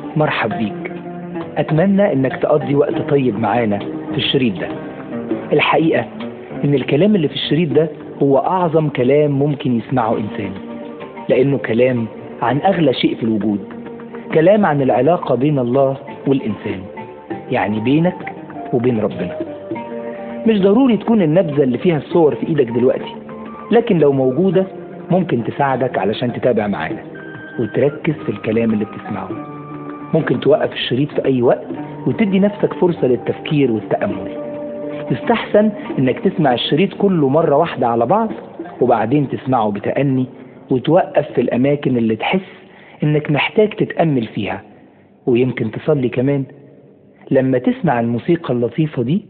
مرحب بيك. أتمنى إنك تقضي وقت طيب معانا في الشريط ده. الحقيقة إن الكلام اللي في الشريط ده هو أعظم كلام ممكن يسمعه إنسان، لأنه كلام عن أغلى شيء في الوجود، كلام عن العلاقة بين الله والإنسان، يعني بينك وبين ربنا. مش ضروري تكون النبذة اللي فيها الصور في إيدك دلوقتي، لكن لو موجودة ممكن تساعدك علشان تتابع معانا وتركز في الكلام اللي بتسمعه. ممكن توقف الشريط في أي وقت وتدي نفسك فرصة للتفكير والتأمل. يستحسن إنك تسمع الشريط كله مرة واحدة على بعض، وبعدين تسمعه بتأني وتوقف في الأماكن اللي تحس إنك محتاج تتأمل فيها، ويمكن تصلي كمان. لما تسمع الموسيقى اللطيفة دي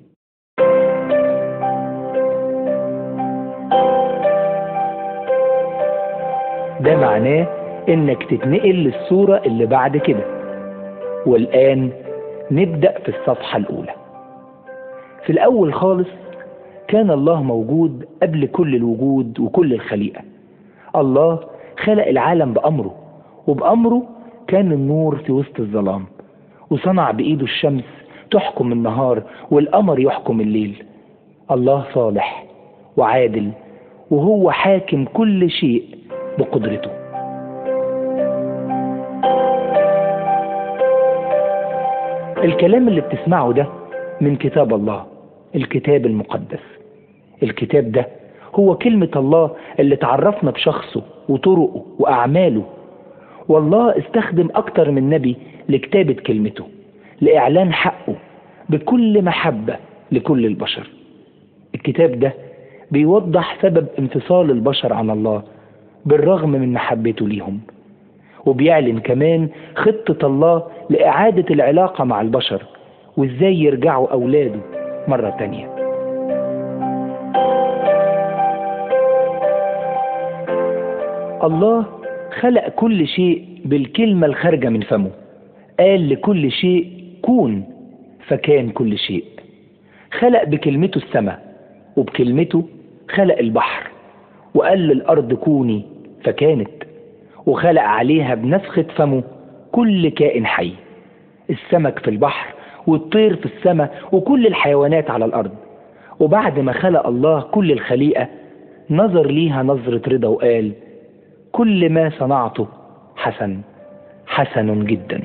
ده معناه إنك تتنقل للصورة اللي بعد كده. والآن نبدأ في الصفحة الأولى. في الأول خالص كان الله موجود قبل كل الوجود وكل الخليقة. الله خلق العالم بأمره، وبأمره كان النور في وسط الظلام، وصنع بإيده الشمس تحكم النهار والقمر يحكم الليل. الله صالح وعادل، وهو حاكم كل شيء بقدرته. الكلام اللي بتسمعه ده من كتاب الله، الكتاب المقدس. الكتاب ده هو كلمة الله اللي تعرفنا بشخصه وطرقه وأعماله. والله استخدم أكتر من نبي لكتابة كلمته، لإعلان حقه بكل محبة لكل البشر. الكتاب ده بيوضح سبب انفصال البشر عن الله بالرغم من محبته ليهم، وبيعلن كمان خطة الله لإعادة العلاقة مع البشر وإزاي يرجعوا أولاده مرة تانية. الله خلق كل شيء بالكلمة الخارجة من فمه. قال لكل شيء كون فكان كل شيء. خلق بكلمته السماء، وبكلمته خلق البحر، وقال للأرض كوني فكانت، وخلق عليها بنفخة فمه كل كائن حي، السمك في البحر والطير في السماء وكل الحيوانات على الأرض. وبعد ما خلق الله كل الخليقة نظر ليها نظرة رضا وقال كل ما صنعته حسن، حسن جدا.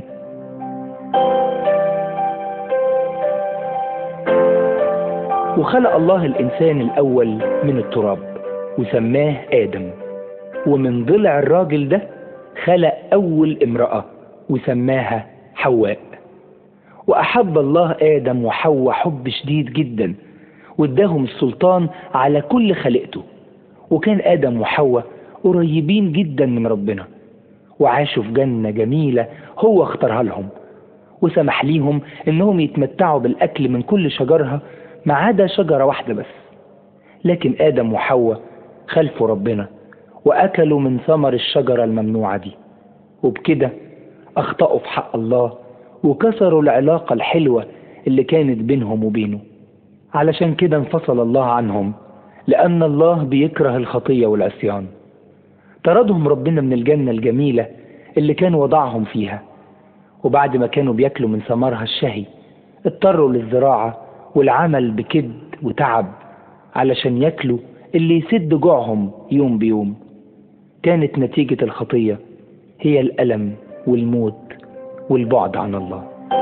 وخلق الله الإنسان الأول من التراب وسماه آدم، ومن ضلع الراجل ده خلق أول امرأة وسماها حواء. وأحب الله آدم وحواء حب شديد جدا، واداهم السلطان على كل خليقته. وكان آدم وحواء قريبين جدا من ربنا، وعاشوا في جنة جميلة هو اختارها لهم، وسمح ليهم انهم يتمتعوا بالأكل من كل شجرها ما عدا شجرة واحدة بس. لكن آدم وحواء خالفوا ربنا وأكلوا من ثمر الشجرة الممنوعة دي، وبكده أخطأوا في حق الله وكسروا العلاقة الحلوة اللي كانت بينهم وبينه. علشان كده انفصل الله عنهم، لأن الله بيكره الخطية والعصيان. طردهم ربنا من الجنة الجميلة اللي كان وضعهم فيها، وبعد ما كانوا بياكلوا من ثمرها الشهي اضطروا للزراعة والعمل بكد وتعب علشان ياكلوا اللي يسد جوعهم يوم بيوم. كانت نتيجة الخطية هي الألم والموت والبعد عن الله.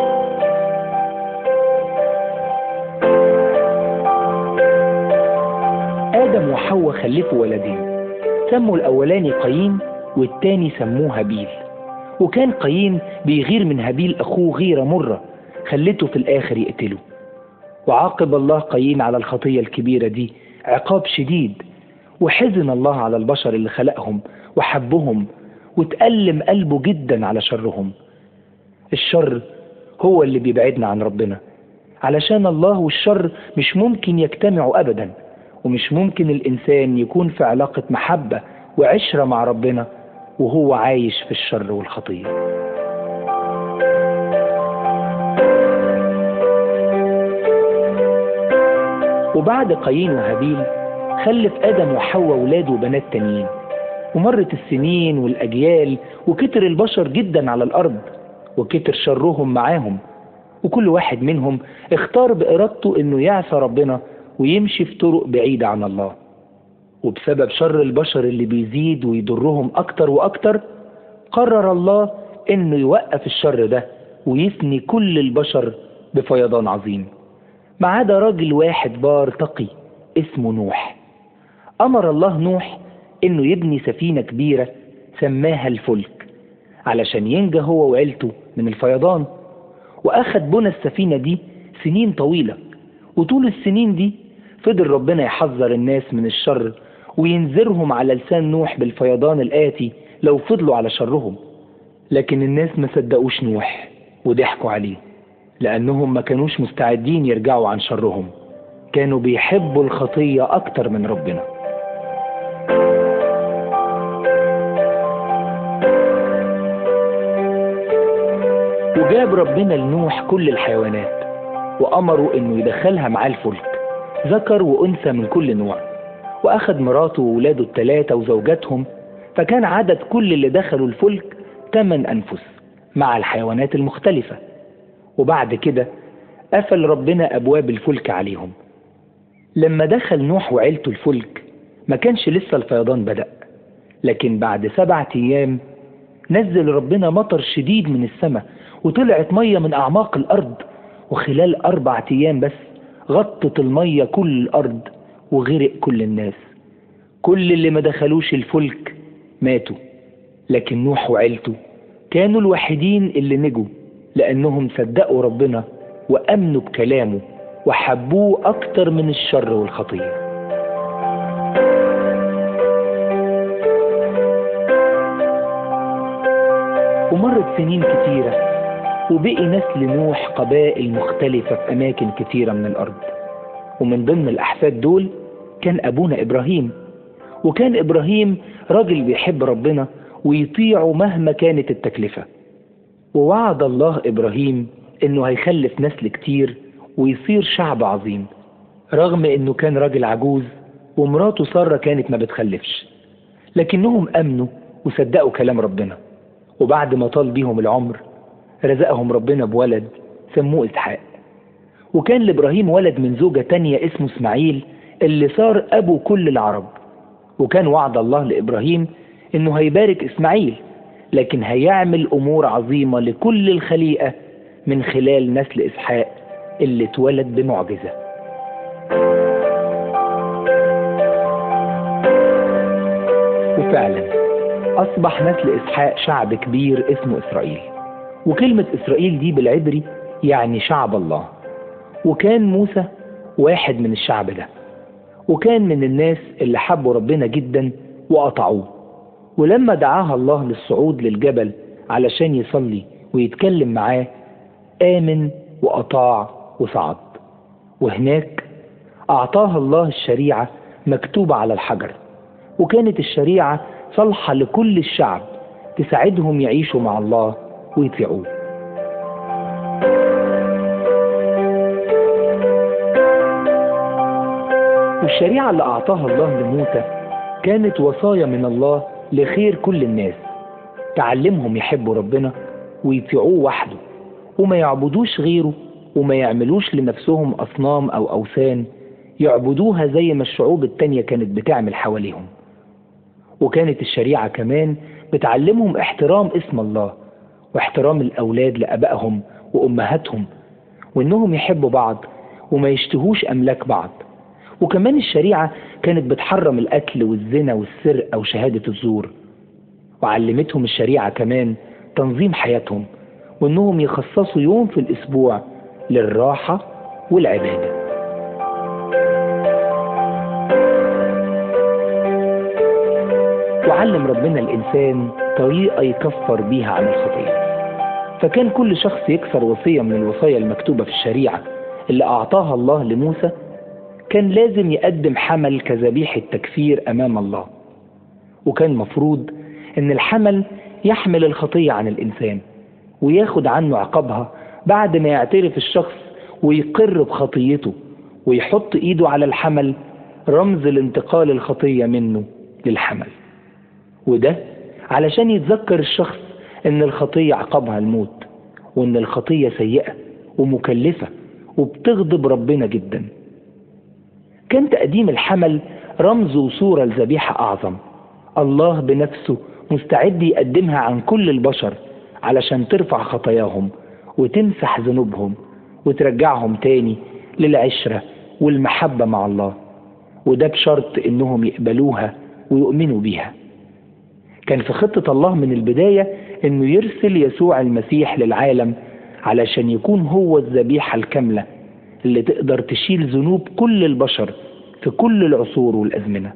آدم وحواء خلفوا ولدين، سموا الأولاني قايين والتاني سموه هابيل. وكان قايين بيغير من هابيل أخوه غيرة مرة خلته في الآخر يقتله. وعاقب الله قايين على الخطية الكبيرة دي عقاب شديد، وحزن الله على البشر اللي خلقهم وحبهم، وتألم قلبه جدا على شرهم. الشر هو اللي بيبعدنا عن ربنا، علشان الله والشر مش ممكن يجتمعوا أبدا، ومش ممكن الإنسان يكون في علاقة محبة وعشرة مع ربنا وهو عايش في الشر والخطية. وبعد قايين وهابيل خلف آدم وحواء ولاد وبنات تانيين، ومرت السنين والأجيال وكتر البشر جدا على الأرض، وكتر شرهم معاهم، وكل واحد منهم اختار بإرادته إنه يعصى ربنا ويمشي في طرق بعيدة عن الله. وبسبب شر البشر اللي بيزيد ويضرهم أكتر وأكتر، قرر الله إنه يوقف الشر ده ويفني كل البشر بفيضان عظيم، ما عدا راجل واحد بار تقي اسمه نوح. أمر الله نوح إنه يبني سفينة كبيرة سماها الفلك علشان ينجى هو وعيلته من الفيضان. وأخد بنى السفينة دي سنين طويلة، وطول السنين دي فضل ربنا يحذر الناس من الشر وينذرهم على لسان نوح بالفيضان الآتي لو فضلوا على شرهم. لكن الناس ما صدقوش نوح وضحكوا عليه، لأنهم ما كانوش مستعدين يرجعوا عن شرهم، كانوا بيحبوا الخطية أكتر من ربنا. وجاب ربنا لنوح كل الحيوانات وأمروا إنه يدخلها معاه الفلك، ذكر وأنثى من كل نوع، وأخذ مراته وولاده الثلاثة وزوجاتهم، فكان عدد كل اللي دخلوا الفلك 8 أنفس مع الحيوانات المختلفة. وبعد كده قفل ربنا أبواب الفلك عليهم. لما دخل نوح وعيلته الفلك ما كانش لسه الفيضان بدأ، لكن بعد 7 أيام نزل ربنا مطر شديد من السماء، وطلعت مية من أعماق الأرض، وخلال 4 أيام بس غطت المية كل الأرض وغرق كل الناس. كل اللي ما دخلوش الفلك ماتوا، لكن نوح وعيلته كانوا الوحيدين اللي نجوا، لأنهم صدقوا ربنا وأمنوا بكلامه وحبوه أكتر من الشر والخطية. ومرت سنين كتيرة، وبقي نسل نوح قبائل مختلفة في أماكن كتيرة من الأرض، ومن ضمن الأحفاد دول كان أبونا إبراهيم. وكان إبراهيم راجل بيحب ربنا ويطيعه مهما كانت التكلفة، ووعد الله إبراهيم إنه هيخلف نسل كتير ويصير شعب عظيم، رغم إنه كان راجل عجوز ومراته سارة كانت ما بتخلفش، لكنهم أمنوا وصدقوا كلام ربنا. وبعد ما طال بيهم العمر رزقهم ربنا بولد سموه إسحاق. وكان لإبراهيم ولد من زوجة تانية اسمه إسماعيل اللي صار أبو كل العرب. وكان وعد الله لإبراهيم إنه هيبارك إسماعيل، لكن هيعمل أمور عظيمة لكل الخليقة من خلال نسل إسحاق اللي اتولد بمعجزة. وفعلا أصبح نسل إسحاق شعب كبير اسمه إسرائيل، وكلمة إسرائيل دي بالعبري يعني شعب الله. وكان موسى واحد من الشعب ده، وكان من الناس اللي حبوا ربنا جدا وقطعوه. ولما دعاها الله للصعود للجبل علشان يصلي ويتكلم معاه، آمن وأطاع وصعد. وهناك أعطاها الله الشريعة مكتوبة على الحجر، وكانت الشريعة صالحة لكل الشعب تساعدهم يعيشوا مع الله ويطيعوه. والشريعة اللي أعطاها الله لموسى كانت وصايا من الله لخير كل الناس، تعلمهم يحبوا ربنا ويطيعوه وحده، وما يعبدوش غيره، وما يعملوش لنفسهم أصنام أو أوثان يعبدوها زي ما الشعوب التانية كانت بتعمل حواليهم. وكانت الشريعة كمان بتعلمهم احترام اسم الله، واحترام الأولاد لأبائهم وأمهاتهم، وإنهم يحبوا بعض وما يشتهوش أملاك بعض. وكمان الشريعة كانت بتحرم القتل والزنا والسرقة وشهادة الزور. وعلمتهم الشريعة كمان تنظيم حياتهم، وإنهم يخصصوا يوم في الأسبوع للراحة والعبادة. وعلم ربنا الإنسان طريقة يكفر بيها عن الخطية، فكان كل شخص يكسر وصية من الوصايا المكتوبة في الشريعة اللي أعطاها الله لموسى كان لازم يقدم حمل كذبيحة تكفير أمام الله. وكان مفروض إن الحمل يحمل الخطية عن الإنسان وياخد عنه عقابها بعد ما يعترف الشخص ويقر بخطيته، ويحط إيده على الحمل رمز لانتقال الخطية منه للحمل. وده علشان يتذكر الشخص إن الخطية عقابها الموت، وإن الخطية سيئة ومكلفة وبتغضب ربنا جدا. كان تقديم الحمل رمز وصورة لذبيحة أعظم الله بنفسه مستعد يقدمها عن كل البشر علشان ترفع خطاياهم وتمسح ذنوبهم وترجعهم تاني للعشرة والمحبة مع الله، وده بشرط إنهم يقبلوها ويؤمنوا بيها. كان في خطة الله من البداية إنه يرسل يسوع المسيح للعالم علشان يكون هو الذبيحة الكاملة اللي تقدر تشيل ذنوب كل البشر في كل العصور والأزمنة.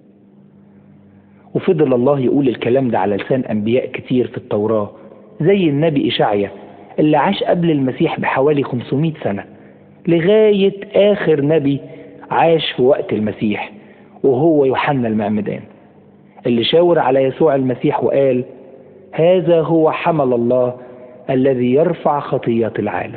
وفضل الله يقول الكلام ده على لسان أنبياء كتير في التوراة، زي النبي إشعيا اللي عاش قبل المسيح بحوالي 500 سنة، لغاية آخر نبي عاش في وقت المسيح وهو يوحنا المعمدان، اللي شاور على يسوع المسيح وقال: هذا هو حمل الله الذي يرفع خطيات العالم.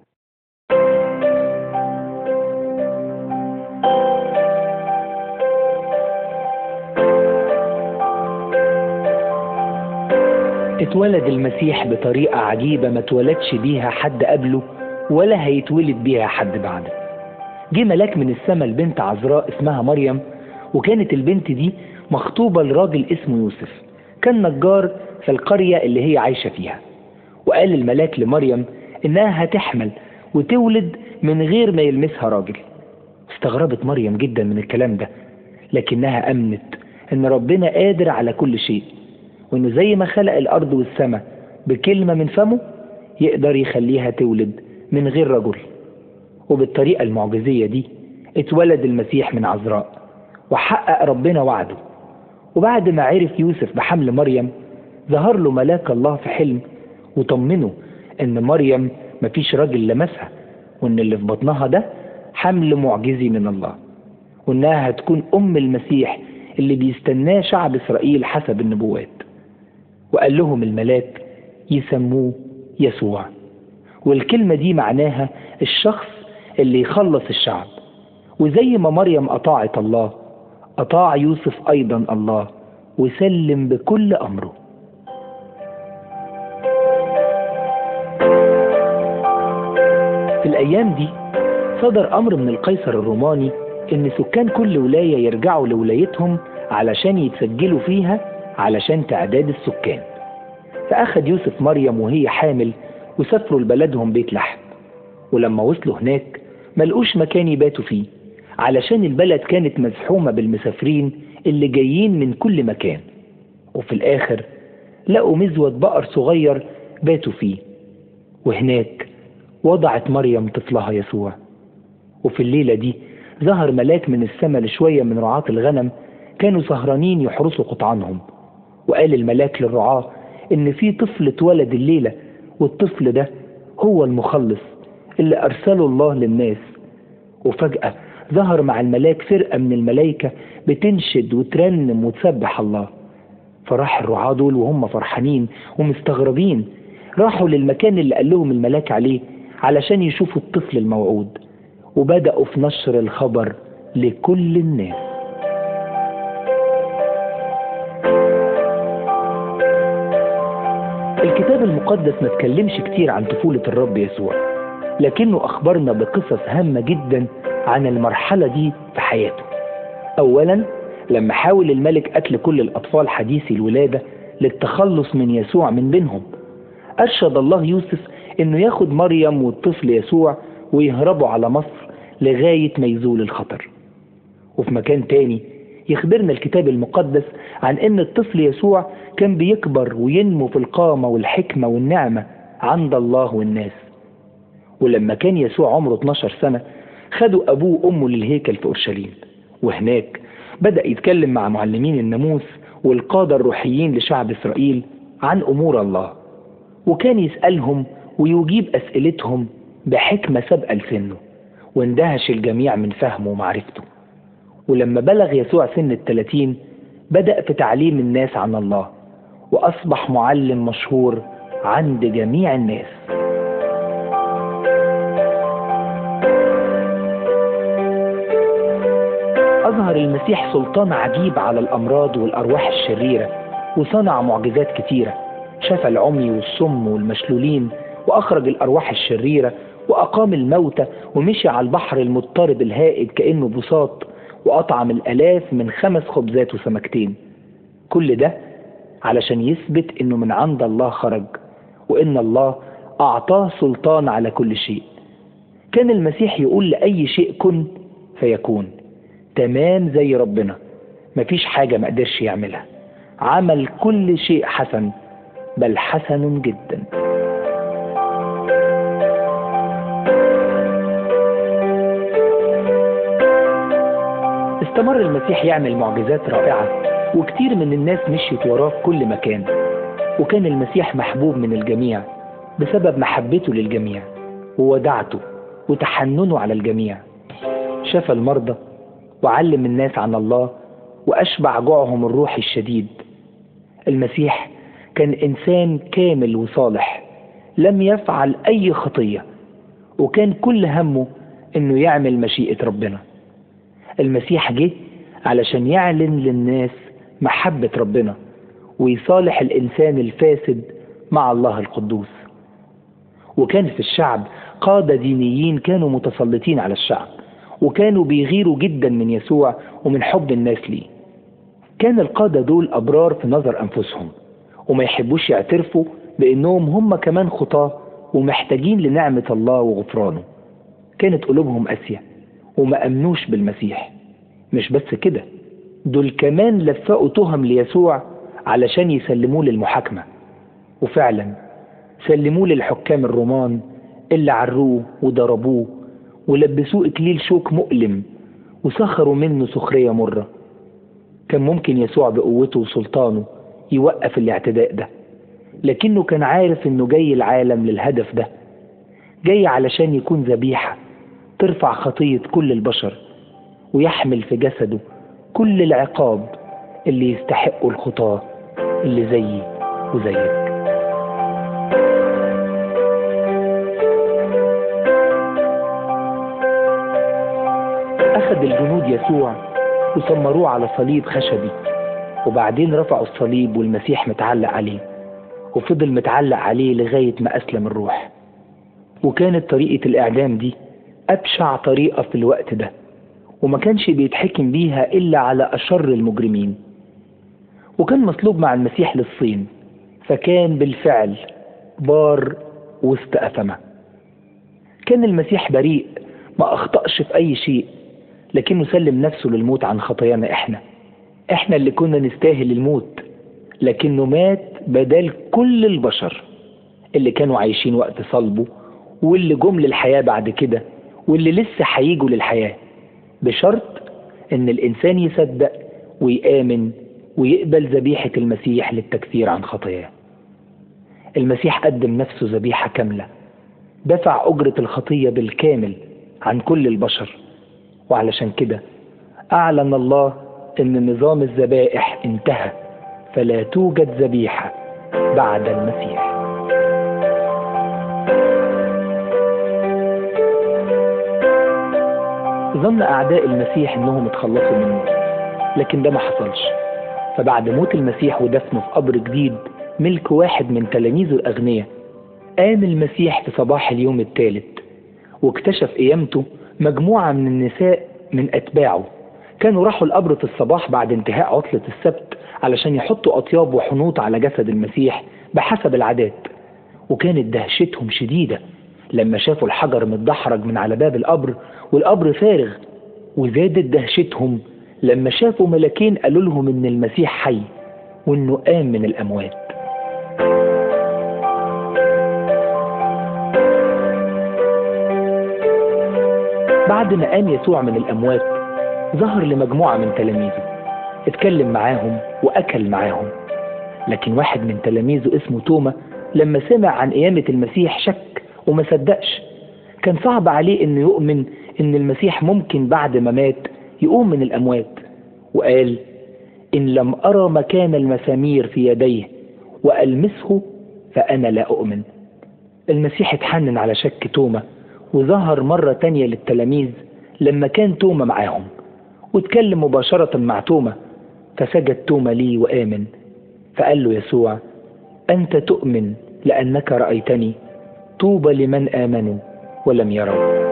اتولد المسيح بطريقة عجيبة ما اتولدش بيها حد قبله ولا هيتولد بيها حد بعده. جه ملاك من السماء لبنت عذراء اسمها مريم، وكانت البنت دي مخطوبة لراجل اسمه يوسف، كان نجار في القرية اللي هي عايشة فيها. وقال الملاك لمريم إنها هتحمل وتولد من غير ما يلمسها راجل. استغربت مريم جدا من الكلام ده، لكنها أمنت إن ربنا قادر على كل شيء، وإنه زي ما خلق الأرض والسماء بكلمة من فمه يقدر يخليها تولد من غير رجل. وبالطريقة المعجزية دي اتولد المسيح من عذراء وحقق ربنا وعده. وبعد ما عرف يوسف بحمل مريم ظهر له ملاك الله في حلم وطمنه إن مريم مفيش راجل لمسها، وإن اللي في بطنها ده حمل معجزي من الله، وإنها هتكون أم المسيح اللي بيستناه شعب إسرائيل حسب النبوات. وقال لهم الملاك يسموه يسوع، والكلمة دي معناها الشخص اللي يخلص الشعب. وزي ما مريم أطاعت الله، أطاع يوسف أيضا الله وسلم بكل أمره. في الأيام دي صدر أمر من القيصر الروماني إن سكان كل ولاية يرجعوا لولايتهم علشان يتسجلوا فيها علشان تعداد السكان. فأخذ يوسف مريم وهي حامل وسافروا لبلدهم بيت لحم. ولما وصلوا هناك ملقوش مكان يباتوا فيه علشان البلد كانت مزحومة بالمسافرين اللي جايين من كل مكان. وفي الآخر لقوا مزود بقر صغير باتوا فيه، وهناك وضعت مريم طفلها يسوع. وفي الليلة دي ظهر ملاك من السماء لشوية من رعاة الغنم كانوا سهرانين يحرسوا قطعانهم. وقال الملاك للرعاة إن في طفل اتولد الليلة، والطفل ده هو المخلص اللي أرسله الله للناس. وفجأة ظهر مع الملاك فرقة من الملائكة بتنشد وترنم وتسبح الله. فراح الرعاة دول وهم فرحانين ومستغربين راحوا للمكان اللي قال لهم الملاك عليه علشان يشوفوا الطفل الموعود، وبدأوا في نشر الخبر لكل الناس. الكتاب المقدس ما تكلمش كتير عن طفولة الرب يسوع، لكنه أخبرنا بقصص هامة جدا عن المرحلة دي في حياته. أولا لما حاول الملك قتل كل الأطفال حديثي الولادة للتخلص من يسوع من بينهم، أرشد الله يوسف إنه ياخد مريم والطفل يسوع ويهربوا على مصر لغاية ما يزول الخطر. وفي مكان تاني يخبرنا الكتاب المقدس عن إن الطفل يسوع كان بيكبر وينمو في القامة والحكمة والنعمة عند الله والناس. ولما كان يسوع عمره 12 سنة خدوا أبوه وأمه للهيكل في أورشليم، وهناك بدأ يتكلم مع معلمين الناموس والقادة الروحيين لشعب إسرائيل عن أمور الله، وكان يسألهم ويجيب أسئلتهم بحكمة سابقة لسنه، واندهش الجميع من فهمه ومعرفته. ولما بلغ يسوع سن 30 بدأ في تعليم الناس عن الله، وأصبح معلم مشهور عند جميع الناس. أظهر المسيح سلطان عجيب على الأمراض والأرواح الشريرة، وصنع معجزات كتيرة، شفى العمي والصم والمشلولين وأخرج الأرواح الشريرة وأقام الموتى ومشي على البحر المضطرب الهائج كأنه بساط وأطعم الآلاف من 5 خبزات وسمكتين. كل ده علشان يثبت إنه من عند الله خرج وإن الله أعطاه سلطان على كل شيء. كان المسيح يقول لأي شيء كن فيكون، تمام زي ربنا، مفيش حاجة ما قدرش يعملها. عمل كل شيء حسن، بل حسن جدا. استمر المسيح يعمل معجزات رائعة وكتير من الناس مشيت وراه في كل مكان، وكان المسيح محبوب من الجميع بسبب محبته للجميع وودعته وتحننه على الجميع. شفى المرضى وعلم الناس عن الله وأشبع جوعهم الروحي الشديد. المسيح كان إنسان كامل وصالح، لم يفعل أي خطية، وكان كل همه إنه يعمل مشيئة ربنا. المسيح جه علشان يعلن للناس محبة ربنا ويصالح الإنسان الفاسد مع الله القدوس. وكان في الشعب قادة دينيين كانوا متسلطين على الشعب، وكانوا بيغيروا جدا من يسوع ومن حب الناس ليه. كان القادة دول أبرار في نظر أنفسهم، وما يحبوش يعترفوا بأنهم هم كمان خطاة ومحتاجين لنعمة الله وغفرانه. كانت قلوبهم قاسية وما أمنوش بالمسيح. مش بس كده، دول كمان لفقوا تهم ليسوع علشان يسلموه للمحاكمة، وفعلا سلموه للحكام الرومان اللي عروه وضربوه ولبسوه إكليل شوك مؤلم وسخروا منه سخرية مرة. كان ممكن يسوع بقوته وسلطانه يوقف الاعتداء ده، لكنه كان عارف انه جاي العالم للهدف ده، جاي علشان يكون ذبيحة ترفع خطية كل البشر ويحمل في جسده كل العقاب اللي يستحقوا الخطاة اللي زيي وزيك. أخذ الجنود يسوع وسمروه على صليب خشبي، وبعدين رفعوا الصليب والمسيح متعلق عليه، وفضل متعلق عليه لغاية ما أسلم الروح. وكانت طريقة الإعدام دي أبشع طريقة في الوقت ده، وما كانش بيتحكم بيها إلا على أشر المجرمين. وكان مطلوب مع المسيح للصين، فكان بالفعل بار وسط أثمة. كان المسيح بريء، ما أخطأش في أي شيء، لكنه سلم نفسه للموت عن خطايانا إحنا اللي كنا نستاهل الموت، لكنه مات بدل كل البشر اللي كانوا عايشين وقت صلبه واللي جم للحياة بعد كده واللي لسه هيجوا للحياة، بشرط إن الإنسان يصدق ويآمن ويقبل ذبيحة المسيح للتكفير عن خطاياه. المسيح قدم نفسه ذبيحة كاملة، دفع أجرة الخطية بالكامل عن كل البشر، وعلشان كده أعلن الله إن نظام الذبائح انتهى، فلا توجد ذبيحة بعد المسيح. ظن أعداء المسيح إنهم اتخلصوا منه، لكن ده ما حصلش. فبعد موت المسيح ودفنه في قبر جديد ملك واحد من تلاميذه الأغنياء، قام المسيح في صباح اليوم الثالث، واكتشف قيامته مجموعة من النساء من أتباعه. كانوا راحوا القبر في الصباح بعد انتهاء عطلة السبت علشان يحطوا أطياب وحنوط على جسد المسيح بحسب العادات، وكانت دهشتهم شديدة لما شافوا الحجر متدحرج من على باب القبر والقبر فارغ، وزادت دهشتهم لما شافوا ملكين قالوا لهم إن المسيح حي وإنه قام من الأموات. بعد ما قام يسوع من الأموات ظهر لمجموعة من تلاميذه، اتكلم معاهم وأكل معاهم. لكن واحد من تلاميذه اسمه توما لما سمع عن قيامة المسيح شك وما صدقش. كان صعب عليه إنه يؤمن إن المسيح ممكن بعد ما مات يقوم من الأموات، وقال: إن لم أرى مكان المسامير في يديه وألمسه فأنا لا أؤمن. المسيح اتحنن على شك توما وظهر مرة تانية للتلاميذ لما كان توما معاهم، واتكلم مباشرة مع توما، فسجد توما لي وآمن. فقال له يسوع: أنت تؤمن لأنك رأيتني، طوبى لمن آمنوا ولم يروا.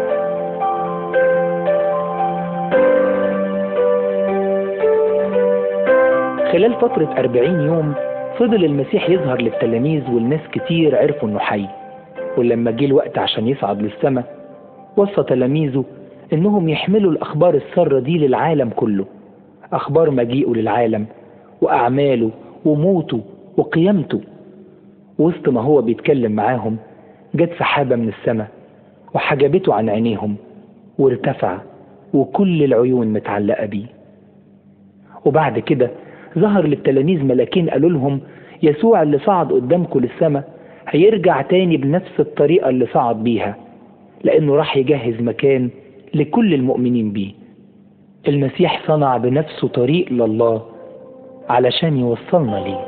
خلال فترة 40 يوم فضل المسيح يظهر للتلاميذ، والناس كتير عرفوا انه حي. ولما جه الوقت عشان يصعد للسماء وصى تلاميذه انهم يحملوا الاخبار السارة دي للعالم كله، اخبار مجيئه للعالم واعماله وموته وقيامته. وسط ما هو بيتكلم معاهم جت سحابة من السماء وحجبته عن عينيهم وارتفع، وكل العيون متعلقة بيه. وبعد كده ظهر للتلاميذ ملاكين قالوا لهم يسوع اللي صعد قدامكم للسماء هيرجع تاني بنفس الطريقة اللي صعد بيها، لأنه راح يجهز مكان لكل المؤمنين بيه. المسيح صنع بنفسه طريق لله علشان يوصلنا ليه.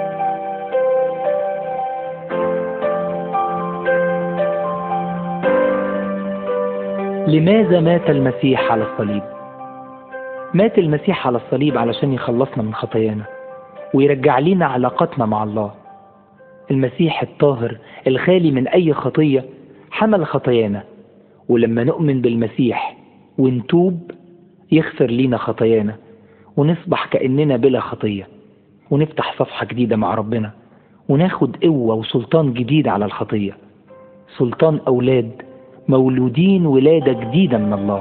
لماذا مات المسيح على الصليب؟ مات المسيح على الصليب علشان يخلصنا من خطايانا ويرجع لنا علاقتنا مع الله. المسيح الطاهر الخالي من أي خطية حمل خطايانا، ولما نؤمن بالمسيح ونتوب يغفر لنا خطايانا ونصبح كأننا بلا خطية، ونفتح صفحة جديدة مع ربنا، وناخد قوة وسلطان جديد على الخطية، سلطان أولاد مولودين ولادة جديدة من الله.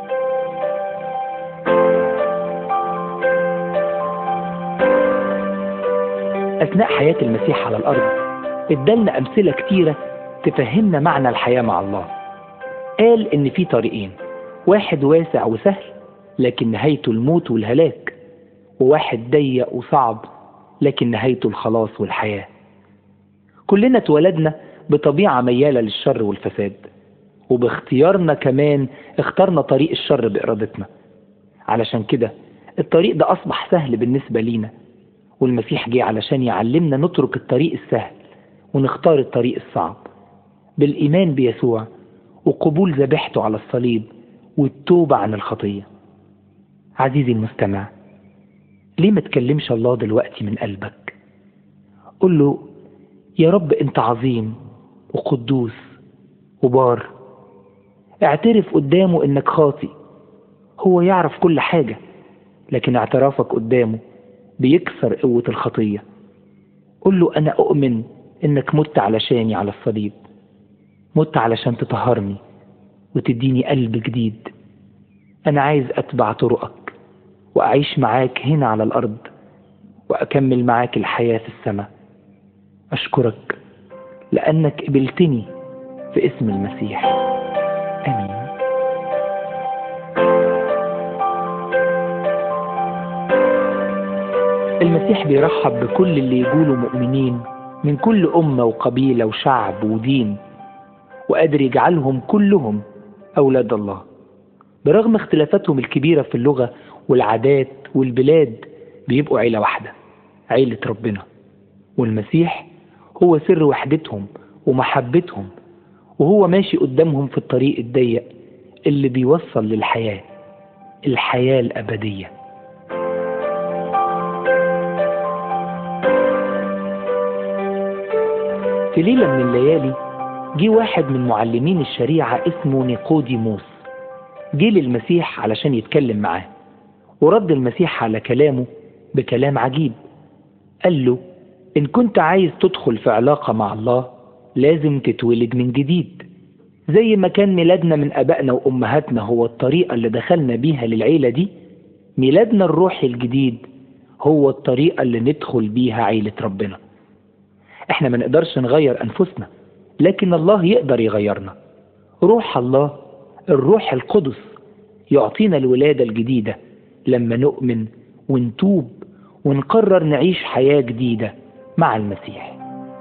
أثناء حياة المسيح على الأرض ادالنا أمثلة كتيرة تفهمنا معنى الحياة مع الله. قال إن في طريقين، واحد واسع وسهل لكن نهايته الموت والهلاك، وواحد ضيق وصعب لكن نهايته الخلاص والحياة. كلنا اتولدنا بطبيعة ميالة للشر والفساد، وباختيارنا كمان اخترنا طريق الشر بإرادتنا. علشان كده الطريق ده أصبح سهل بالنسبة لينا، والمسيح جه علشان يعلمنا نترك الطريق السهل ونختار الطريق الصعب بالإيمان بيسوع وقبول ذبيحته على الصليب والتوبة عن الخطية. عزيزي المستمع، ليه ما تكلمش الله دلوقتي من قلبك؟ قل له يا رب أنت عظيم وقدوس وبار. اعترف قدامه إنك خاطئ، هو يعرف كل حاجة، لكن اعترافك قدامه بيكسر قوة الخطية. قل له أنا أؤمن إنك مت علشاني على الصليب، مت علشان تطهرني وتديني قلب جديد. أنا عايز أتبع طرقك وأعيش معاك هنا على الأرض وأكمل معاك الحياة في السماء. أشكرك لأنك قبلتني في اسم المسيح. آمين. المسيح بيرحب بكل اللي يقولوا مؤمنين من كل أمة وقبيلة وشعب ودين، وقادر يجعلهم كلهم أولاد الله برغم اختلافاتهم الكبيرة في اللغة والعادات والبلاد. بيبقوا عيلة واحدة، عيلة ربنا، والمسيح هو سر وحدتهم ومحبتهم، وهو ماشي قدامهم في الطريق الضيق اللي بيوصل للحياة، الحياة الأبدية. في ليلة من الليالي جه واحد من معلمين الشريعة اسمه نيقوديموس، جه للمسيح علشان يتكلم معاه، ورد المسيح على كلامه بكلام عجيب. قال له إن كنت عايز تدخل في علاقة مع الله لازم تتولد من جديد، زي ما كان ميلادنا من أبائنا وأمهاتنا هو الطريقة اللي دخلنا بيها للعيلة دي. ميلادنا الروحي الجديد هو الطريقة اللي ندخل بيها عيلة ربنا. احنا ما نقدرش نغير أنفسنا، لكن الله يقدر يغيرنا. روح الله الروح القدس يعطينا الولادة الجديدة لما نؤمن ونتوب ونقرر نعيش حياة جديدة مع المسيح.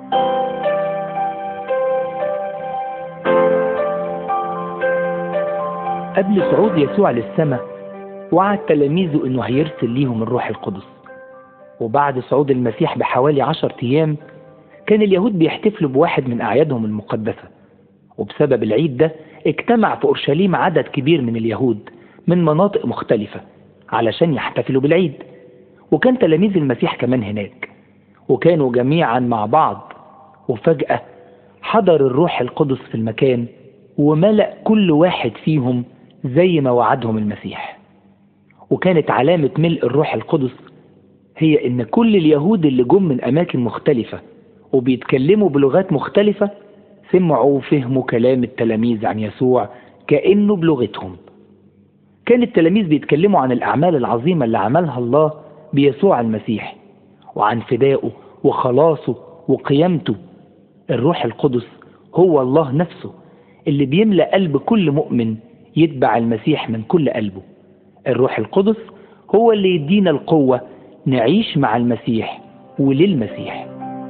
قبل صعود يسوع للسماء وعد تلاميذه انه هيرسل ليهم الروح القدس. وبعد صعود المسيح بحوالي 10 أيام كان اليهود بيحتفلوا بواحد من أعيادهم المقدسة، وبسبب العيد ده اجتمع في أورشليم عدد كبير من اليهود من مناطق مختلفة علشان يحتفلوا بالعيد. وكان تلاميذ المسيح كمان هناك، وكانوا جميعا مع بعض. وفجأة حضر الروح القدس في المكان وملأ كل واحد فيهم زي ما وعدهم المسيح. وكانت علامة ملء الروح القدس هي إن كل اليهود اللي جم من أماكن مختلفة وبيتكلموا بلغات مختلفة سمعوا وفهموا كلام التلاميذ عن يسوع كأنه بلغتهم. كان التلاميذ بيتكلموا عن الأعمال العظيمة اللي عملها الله بيسوع المسيح، وعن فدائه وخلاصه وقيامته. الروح القدس هو الله نفسه اللي بيملأ قلب كل مؤمن يتبع المسيح من كل قلبه. الروح القدس هو اللي يدينا القوة نعيش مع المسيح وللمسيح.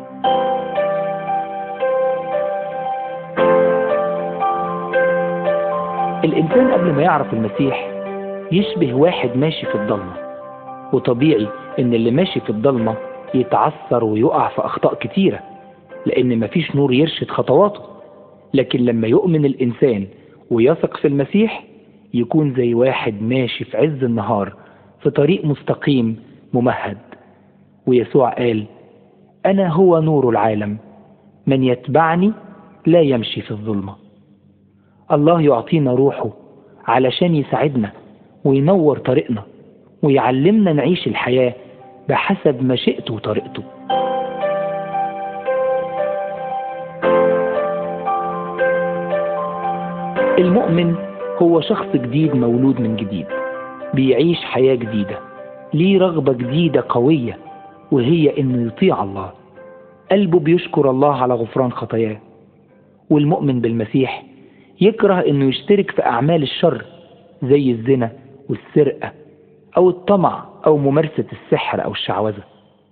الإنسان قبل ما يعرف المسيح يشبه واحد ماشي في الضلمة، وطبيعي إن اللي ماشي في الضلمة يتعثر ويقع في أخطاء كتيرة لأن مفيش نور يرشد خطواته. لكن لما يؤمن الإنسان ويثق في المسيح يكون زي واحد ماشي في عز النهار في طريق مستقيم ممهد. ويسوع قال: أنا هو نور العالم، من يتبعني لا يمشي في الظلمة. الله يعطينا روحه علشان يساعدنا وينور طريقنا ويعلمنا نعيش الحياة بحسب مشيئته وطريقته. المؤمن هو شخص جديد مولود من جديد، بيعيش حياة جديدة، ليه رغبة جديدة قوية وهي إنه يطيع الله. قلبه بيشكر الله على غفران خطاياه. والمؤمن بالمسيح يكره إنه يشترك في أعمال الشر زي الزنا والسرقة أو الطمع أو ممارسة السحر أو الشعوذة.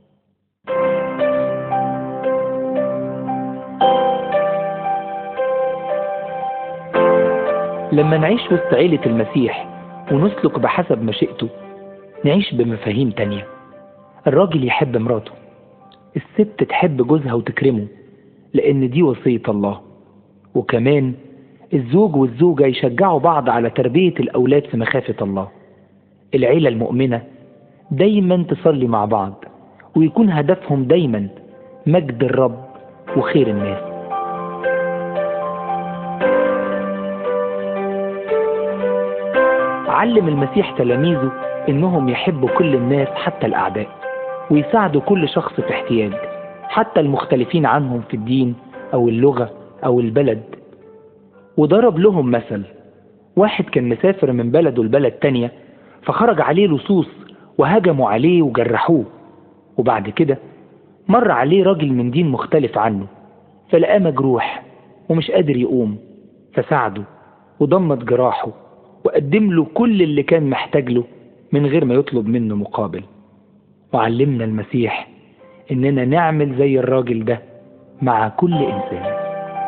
لما نعيش وسط عيلة المسيح ونسلك بحسب مشيئته نعيش بمفاهيم تانية. الراجل يحب مراته، الست تحب جوزها وتكرمه لأن دي وصية الله. وكمان الزوج والزوجة يشجعوا بعض على تربية الأولاد في مخافة الله. العيلة المؤمنة دايما تصلي مع بعض ويكون هدفهم دايما مجد الرب وخير الناس. علم المسيح تلاميذه إنهم يحبوا كل الناس حتى الأعداء، ويساعدوا كل شخص في احتياج حتى المختلفين عنهم في الدين أو اللغة أو البلد. وضرب لهم مثل. واحد كان مسافر من بلده لبلد تانية، فخرج عليه لصوص وهجموا عليه وجرحوه. وبعد كده مر عليه راجل من دين مختلف عنه، فلقاه مجروح ومش قادر يقوم، فساعده وضمت جراحه وقدم له كل اللي كان محتاج له من غير ما يطلب منه مقابل. وعلمنا المسيح إننا نعمل زي الراجل ده مع كل إنسان.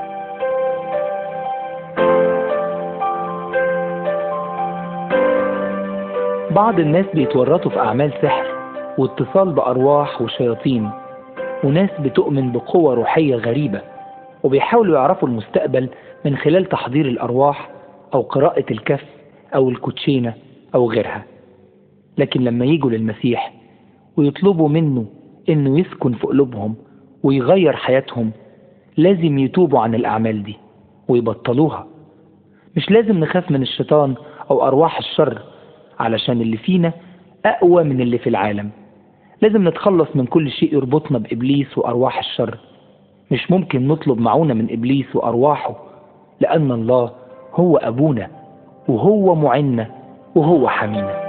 بعض الناس بيتورطوا في أعمال سحر واتصال بأرواح وشياطين، وناس بتؤمن بقوة روحية غريبة وبيحاولوا يعرفوا المستقبل من خلال تحضير الأرواح أو قراءة الكف أو الكوتشينة أو غيرها. لكن لما يجوا للمسيح ويطلبوا منه إنه يسكن في قلوبهم ويغير حياتهم لازم يتوبوا عن الأعمال دي ويبطلوها. مش لازم نخاف من الشيطان أو أرواح الشر علشان اللي فينا أقوى من اللي في العالم. لازم نتخلص من كل شيء يربطنا بإبليس وأرواح الشر. مش ممكن نطلب معونة من إبليس وأرواحه، لأن الله هو أبونا وهو معنا وهو حمينا.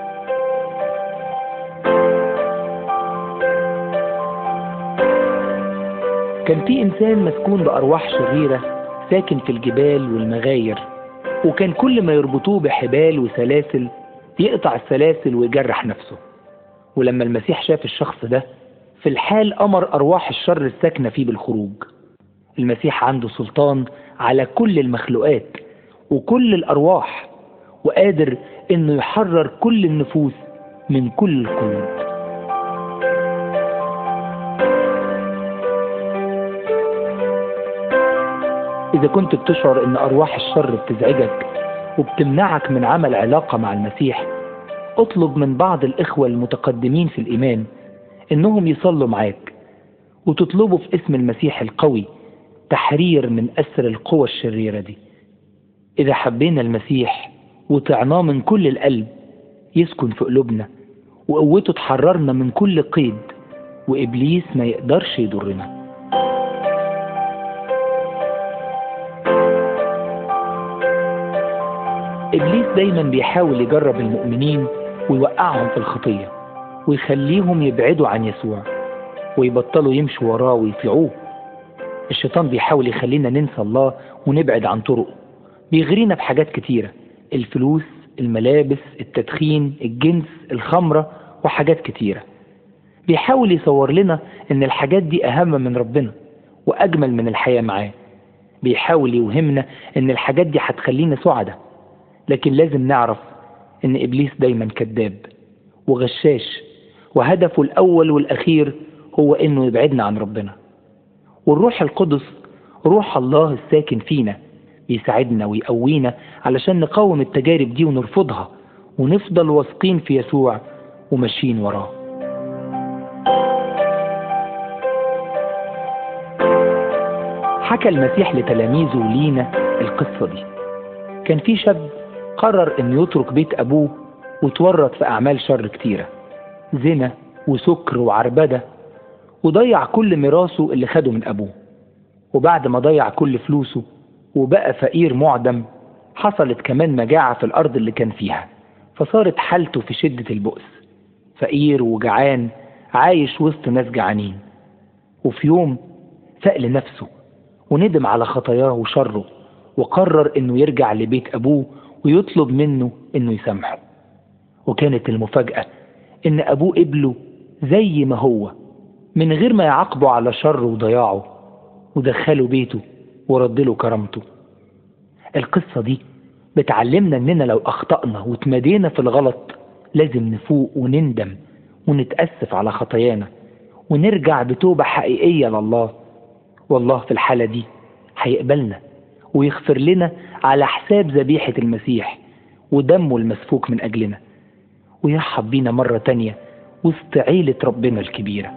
كان في إنسان مسكون بأرواح شريرة ساكن في الجبال والمغاير، وكان كل ما يربطوه بحبال وسلاسل يقطع السلاسل ويجرح نفسه. ولما المسيح شاف الشخص ده في الحال أمر أرواح الشر الساكنة فيه بالخروج. المسيح عنده سلطان على كل المخلوقات وكل الأرواح، وقادر إنه يحرر كل النفوس من كل القيود. إذا كنت بتشعر إن أرواح الشر بتزعجك وبتمنعك من عمل علاقة مع المسيح، اطلب من بعض الإخوة المتقدمين في الإيمان إنهم يصلوا معاك، وتطلبوا في اسم المسيح القوي تحرير من أسر القوى الشريرة دي. إذا حبينا المسيح وطعناه من كل القلب يسكن في قلوبنا، وقوته تحررنا من كل قيد، وإبليس ما يقدرش يضرنا. إبليس دايما بيحاول يجرب المؤمنين ويوقعهم في الخطية، ويخليهم يبعدوا عن يسوع ويبطلوا يمشوا وراه ويطيعوه. الشيطان بيحاول يخلينا ننسى الله ونبعد عن طرقه، بيغرينا بحاجات كتيرة: الفلوس، الملابس، التدخين، الجنس، الخمرة، وحاجات كتيرة. بيحاول يصور لنا ان الحاجات دي اهم من ربنا واجمل من الحياة معاه. بيحاول يوهمنا ان الحاجات دي هتخلينا سعداء، لكن لازم نعرف ان ابليس دايما كذاب وغشاش، وهدفه الاول والاخير هو انه يبعدنا عن ربنا. والروح القدس، روح الله الساكن فينا، يساعدنا ويقوينا علشان نقاوم التجارب دي ونرفضها، ونفضل واثقين في يسوع وماشيين وراه. حكى المسيح لتلاميذه ولينا القصة دي. كان في شاب قرر انه يترك بيت ابوه وتورط في اعمال شر كتيرة، زنا وسكر وعربدة، وضيع كل ميراثه اللي خده من ابوه. وبعد ما ضيع كل فلوسه وبقى فقير معدم، حصلت كمان مجاعة في الارض اللي كان فيها، فصارت حالته في شدة البؤس، فقير وجعان عايش وسط ناس جعانين. وفي يوم فاق لنفسه وندم على خطاياه وشره، وقرر انه يرجع لبيت ابوه ويطلب منه انه يسامحه. وكانت المفاجأة ان ابوه قبله زي ما هو، من غير ما يعاقبه على شره وضياعه، ودخله بيته وردله كرامته. القصة دي بتعلمنا اننا لو اخطأنا واتمدينا في الغلط لازم نفوق ونندم ونتأسف على خطايانا، ونرجع بتوبة حقيقية لله. والله في الحالة دي هيقبلنا ويغفر لنا على حساب ذبيحة المسيح ودمه المسفوك من أجلنا، ويرحب بينا مرة تانية وسط عيلة ربنا الكبيرة.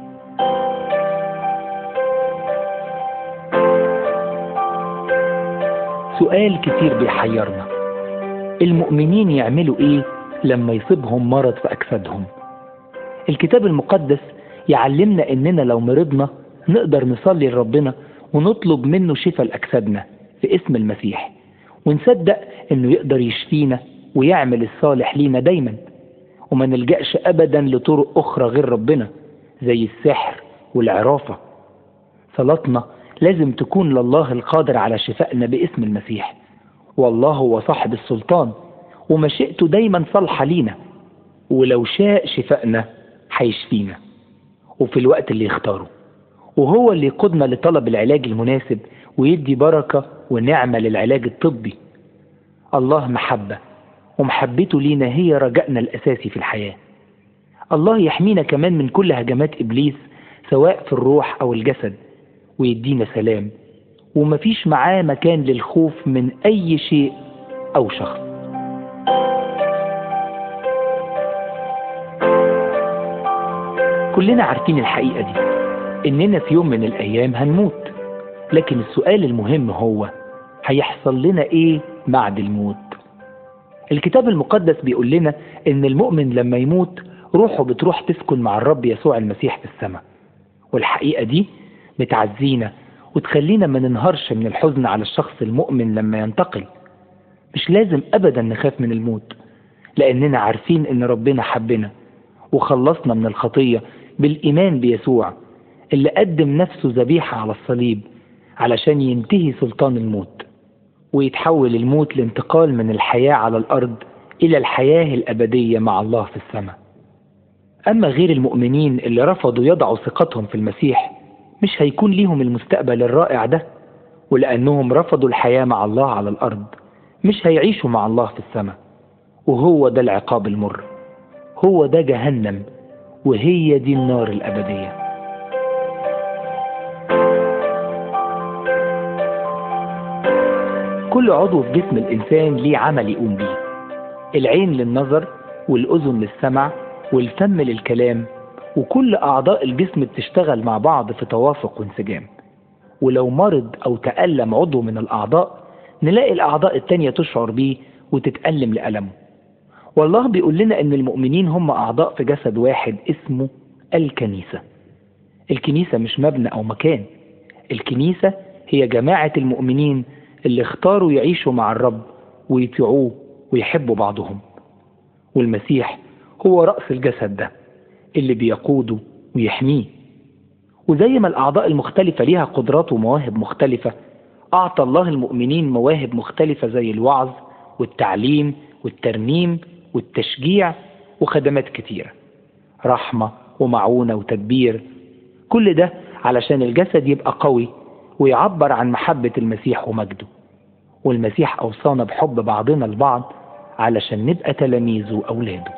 سؤال كتير بيحيرنا: المؤمنين يعملوا ايه لما يصيبهم مرض في أجسادهم؟ الكتاب المقدس يعلمنا اننا لو مرضنا نقدر نصلي لربنا ونطلب منه شفاء لأجسادنا في اسم المسيح، ونصدق انه يقدر يشفينا ويعمل الصالح لينا دايما، وما نلجأش ابدا لطرق اخرى غير ربنا زي السحر والعرافة. صلاتنا لازم تكون لله القادر على شفائنا باسم المسيح، والله هو صاحب السلطان ومشيئته دايما صالحة لينا، ولو شاء شفائنا هيشفينا وفي الوقت اللي يختاره، وهو اللي يقودنا لطلب العلاج المناسب ويدي بركة ونعمة للعلاج الطبي. الله محبة، ومحبته لينا هي رجائنا الأساسي في الحياة. الله يحمينا كمان من كل هجمات إبليس سواء في الروح أو الجسد، ويدينا سلام، ومفيش معاه مكان للخوف من أي شيء أو شخص. كلنا عارفين الحقيقة دي، إننا في يوم من الأيام هنموت، لكن السؤال المهم هو هيحصل لنا إيه بعد الموت؟ الكتاب المقدس بيقول لنا إن المؤمن لما يموت روحه بتروح تسكن مع الرب يسوع المسيح في السماء، والحقيقة دي بتعزينا وتخلينا ما ننهارش من الحزن على الشخص المؤمن لما ينتقل. مش لازم أبدا نخاف من الموت، لأننا عارفين إن ربنا حبنا وخلصنا من الخطية بالإيمان بيسوع اللي قدم نفسه ذبيحة على الصليب علشان ينتهي سلطان الموت، ويتحول الموت لانتقال من الحياة على الأرض إلى الحياة الأبدية مع الله في السماء. أما غير المؤمنين اللي رفضوا يضعوا ثقتهم في المسيح مش هيكون ليهم المستقبل الرائع ده، ولأنهم رفضوا الحياة مع الله على الأرض مش هيعيشوا مع الله في السماء، وهو ده العقاب المر، هو ده جهنم، وهي دي النار الأبدية. كل عضو في جسم الإنسان ليه عمل يقوم بيه: العين للنظر، والأذن للسمع، والفم للكلام، وكل أعضاء الجسم بتشتغل مع بعض في توافق وانسجام. ولو مرض أو تألم عضو من الأعضاء نلاقي الأعضاء التانية تشعر بيه وتتألم لألمه. والله بيقول لنا إن المؤمنين هم أعضاء في جسد واحد اسمه الكنيسة. الكنيسة مش مبنى أو مكان، الكنيسة هي جماعة المؤمنين اللي اختاروا يعيشوا مع الرب ويطيعوه ويحبوا بعضهم. والمسيح هو رأس الجسد ده اللي بيقوده ويحميه. وزي ما الأعضاء المختلفة ليها قدرات ومواهب مختلفة، أعطى الله المؤمنين مواهب مختلفة زي الوعظ والتعليم والترنيم والتشجيع وخدمات كتيرة، رحمة ومعونة وتدبير. كل ده علشان الجسد يبقى قوي ويعبر عن محبة المسيح ومجده. والمسيح أوصانا بحب بعضنا البعض علشان نبقى تلاميذه وأولاده.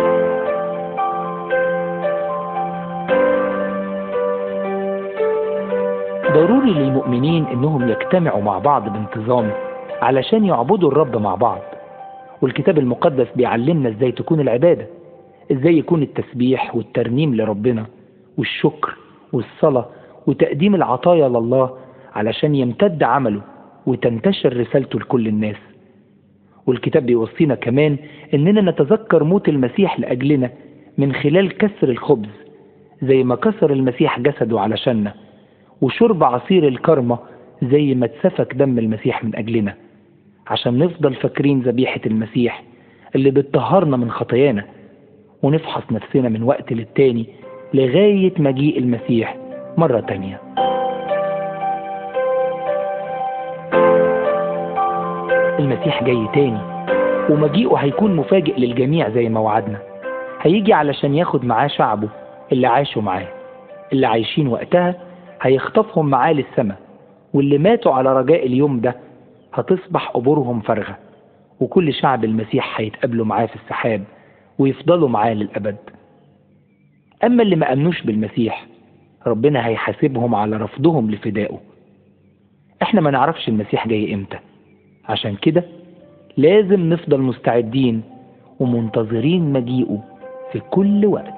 ضروري للمؤمنين إنهم يجتمعوا مع بعض بانتظام علشان يعبدوا الرب مع بعض. والكتاب المقدس بيعلمنا إزاي تكون العبادة، إزاي يكون التسبيح والترنيم لربنا والشكر والصلاة وتقديم العطايا لله علشان يمتد عمله وتنتشر رسالته لكل الناس. والكتاب بيوصينا كمان إننا نتذكر موت المسيح لأجلنا من خلال كسر الخبز زي ما كسر المسيح جسده علشاننا، وشرب عصير الكرمة زي ما اتسفك دم المسيح من أجلنا، عشان نفضل فاكرين ذبيحة المسيح اللي بتطهرنا من خطايانا، ونفحص نفسنا من وقت للتاني لغاية مجيء المسيح مرة تانية. المسيح جاي تاني، ومجيئه هيكون مفاجئ للجميع زي ما وعدنا. هيجي علشان ياخد معاه شعبه اللي عاشوا معاه، اللي عايشين وقتها هيخطفهم معاه للسماء، واللي ماتوا على رجاء اليوم ده هتصبح قبورهم فارغة، وكل شعب المسيح هيتقابلوا معاه في السحاب ويفضلوا معاه للأبد. أما اللي ما أمنوش بالمسيح ربنا هيحاسبهم على رفضهم لفدائه. احنا ما نعرفش المسيح جاي امتى، عشان كده لازم نفضل مستعدين ومنتظرين مجيئه في كل وقت.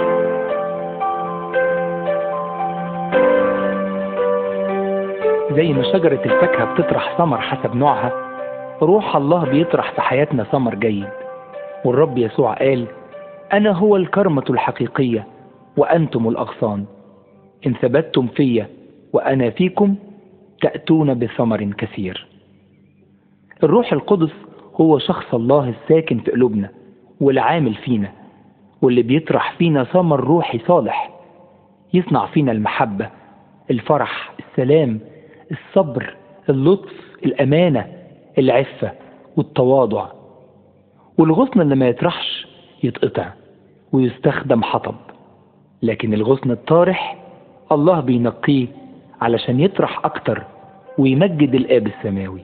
زي ما شجرة الفاكهة بتطرح ثمر حسب نوعها، روح الله بيطرح في حياتنا ثمر جيد. والرب يسوع قال: أنا هو الكرمة الحقيقية وأنتم الأغصان، إن ثبتتم فيا وأنا فيكم تأتون بثمر كثير. الروح القدس هو شخص الله الساكن في قلوبنا والعامل فينا، واللي بيطرح فينا ثمر روحي صالح يصنع فينا المحبة، الفرح، السلام، الصبر، اللطف، الأمانة، العفة والتواضع. والغصن اللي ما يطرحش يتقطع ويستخدم حطب، لكن الغصن الطارح الله بينقيه علشان يطرح أكتر ويمجد الآب السماوي.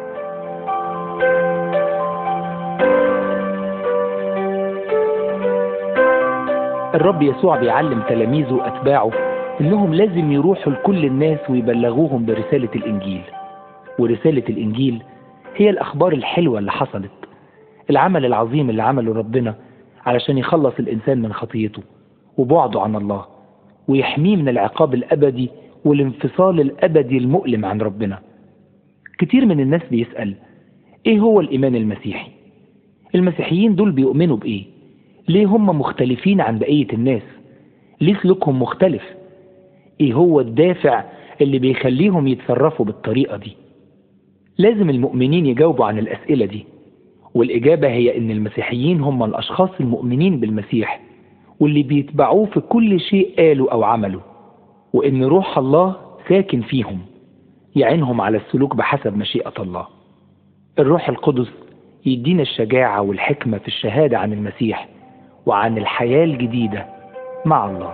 الرب يسوع بيعلم تلاميذه وأتباعه إنهم لازم يروحوا لكل الناس ويبلغوهم برسالة الإنجيل. ورسالة الإنجيل هي الأخبار الحلوة اللي حصلت، العمل العظيم اللي عمله ربنا علشان يخلص الإنسان من خطيته وبعده عن الله، ويحميه من العقاب الأبدي والانفصال الأبدي المؤلم عن ربنا. كتير من الناس بيسأل: إيه هو الإيمان المسيحي؟ المسيحيين دول بيؤمنوا بإيه؟ ليه هم مختلفين عن بقية الناس؟ ليه سلوكهم مختلف؟ إيه هو الدافع اللي بيخليهم يتصرفوا بالطريقة دي؟ لازم المؤمنين يجاوبوا عن الأسئلة دي، والإجابة هي إن المسيحيين هم الأشخاص المؤمنين بالمسيح واللي بيتبعوه في كل شيء قالوا أو عملوا، وإن روح الله ساكن فيهم يعينهم على السلوك بحسب مشيئة الله. الروح القدس يدينا الشجاعة والحكمة في الشهادة عن المسيح وعن الحياة الجديدة مع الله.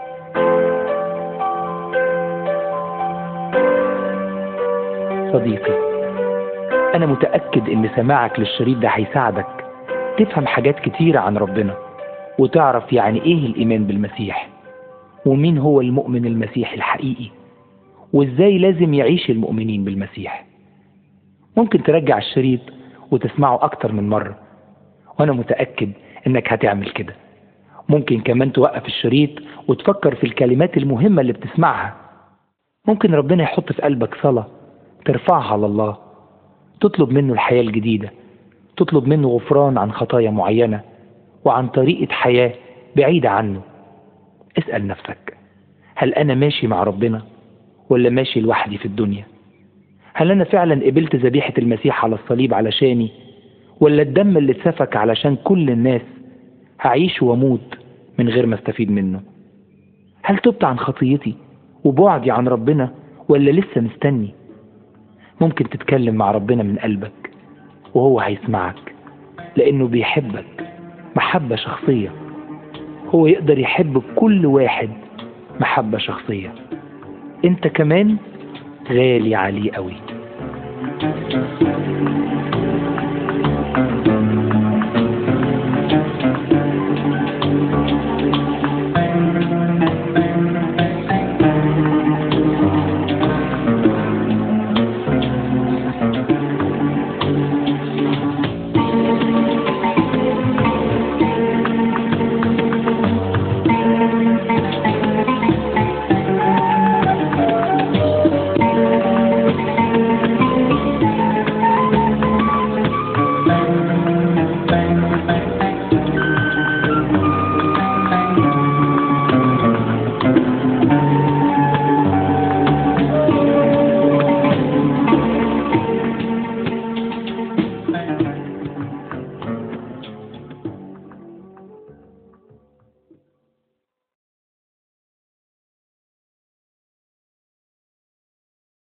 صديقي، أنا متأكد إن سماعك للشريط ده هيساعدك تفهم حاجات كتيرة عن ربنا، وتعرف يعني إيه الإيمان بالمسيح، ومين هو المؤمن المسيحي الحقيقي، وإزاي لازم يعيش المؤمنين بالمسيح. ممكن ترجع الشريط وتسمعه أكتر من مرة، وأنا متأكد إنك هتعمل كده. ممكن كمان توقف الشريط وتفكر في الكلمات المهمة اللي بتسمعها. ممكن ربنا يحط في قلبك صلاة ترفعها على الله، تطلب منه الحياة الجديدة، تطلب منه غفران عن خطايا معينة وعن طريقة حياة بعيدة عنه. اسأل نفسك، هل أنا ماشي مع ربنا ولا ماشي لوحدي في الدنيا؟ هل أنا فعلا قبلت ذبيحة المسيح على الصليب علشاني، ولا الدم اللي اتسفك علشان كل الناس هعيش واموت من غير ما استفيد منه؟ هل تبت عن خطيتي وبعدي عن ربنا ولا لسه مستني؟ ممكن تتكلم مع ربنا من قلبك وهو هيسمعك، لأنه بيحبك محبة شخصية. هو يقدر يحب كل واحد محبة شخصية. انت كمان غالي عليه قوي.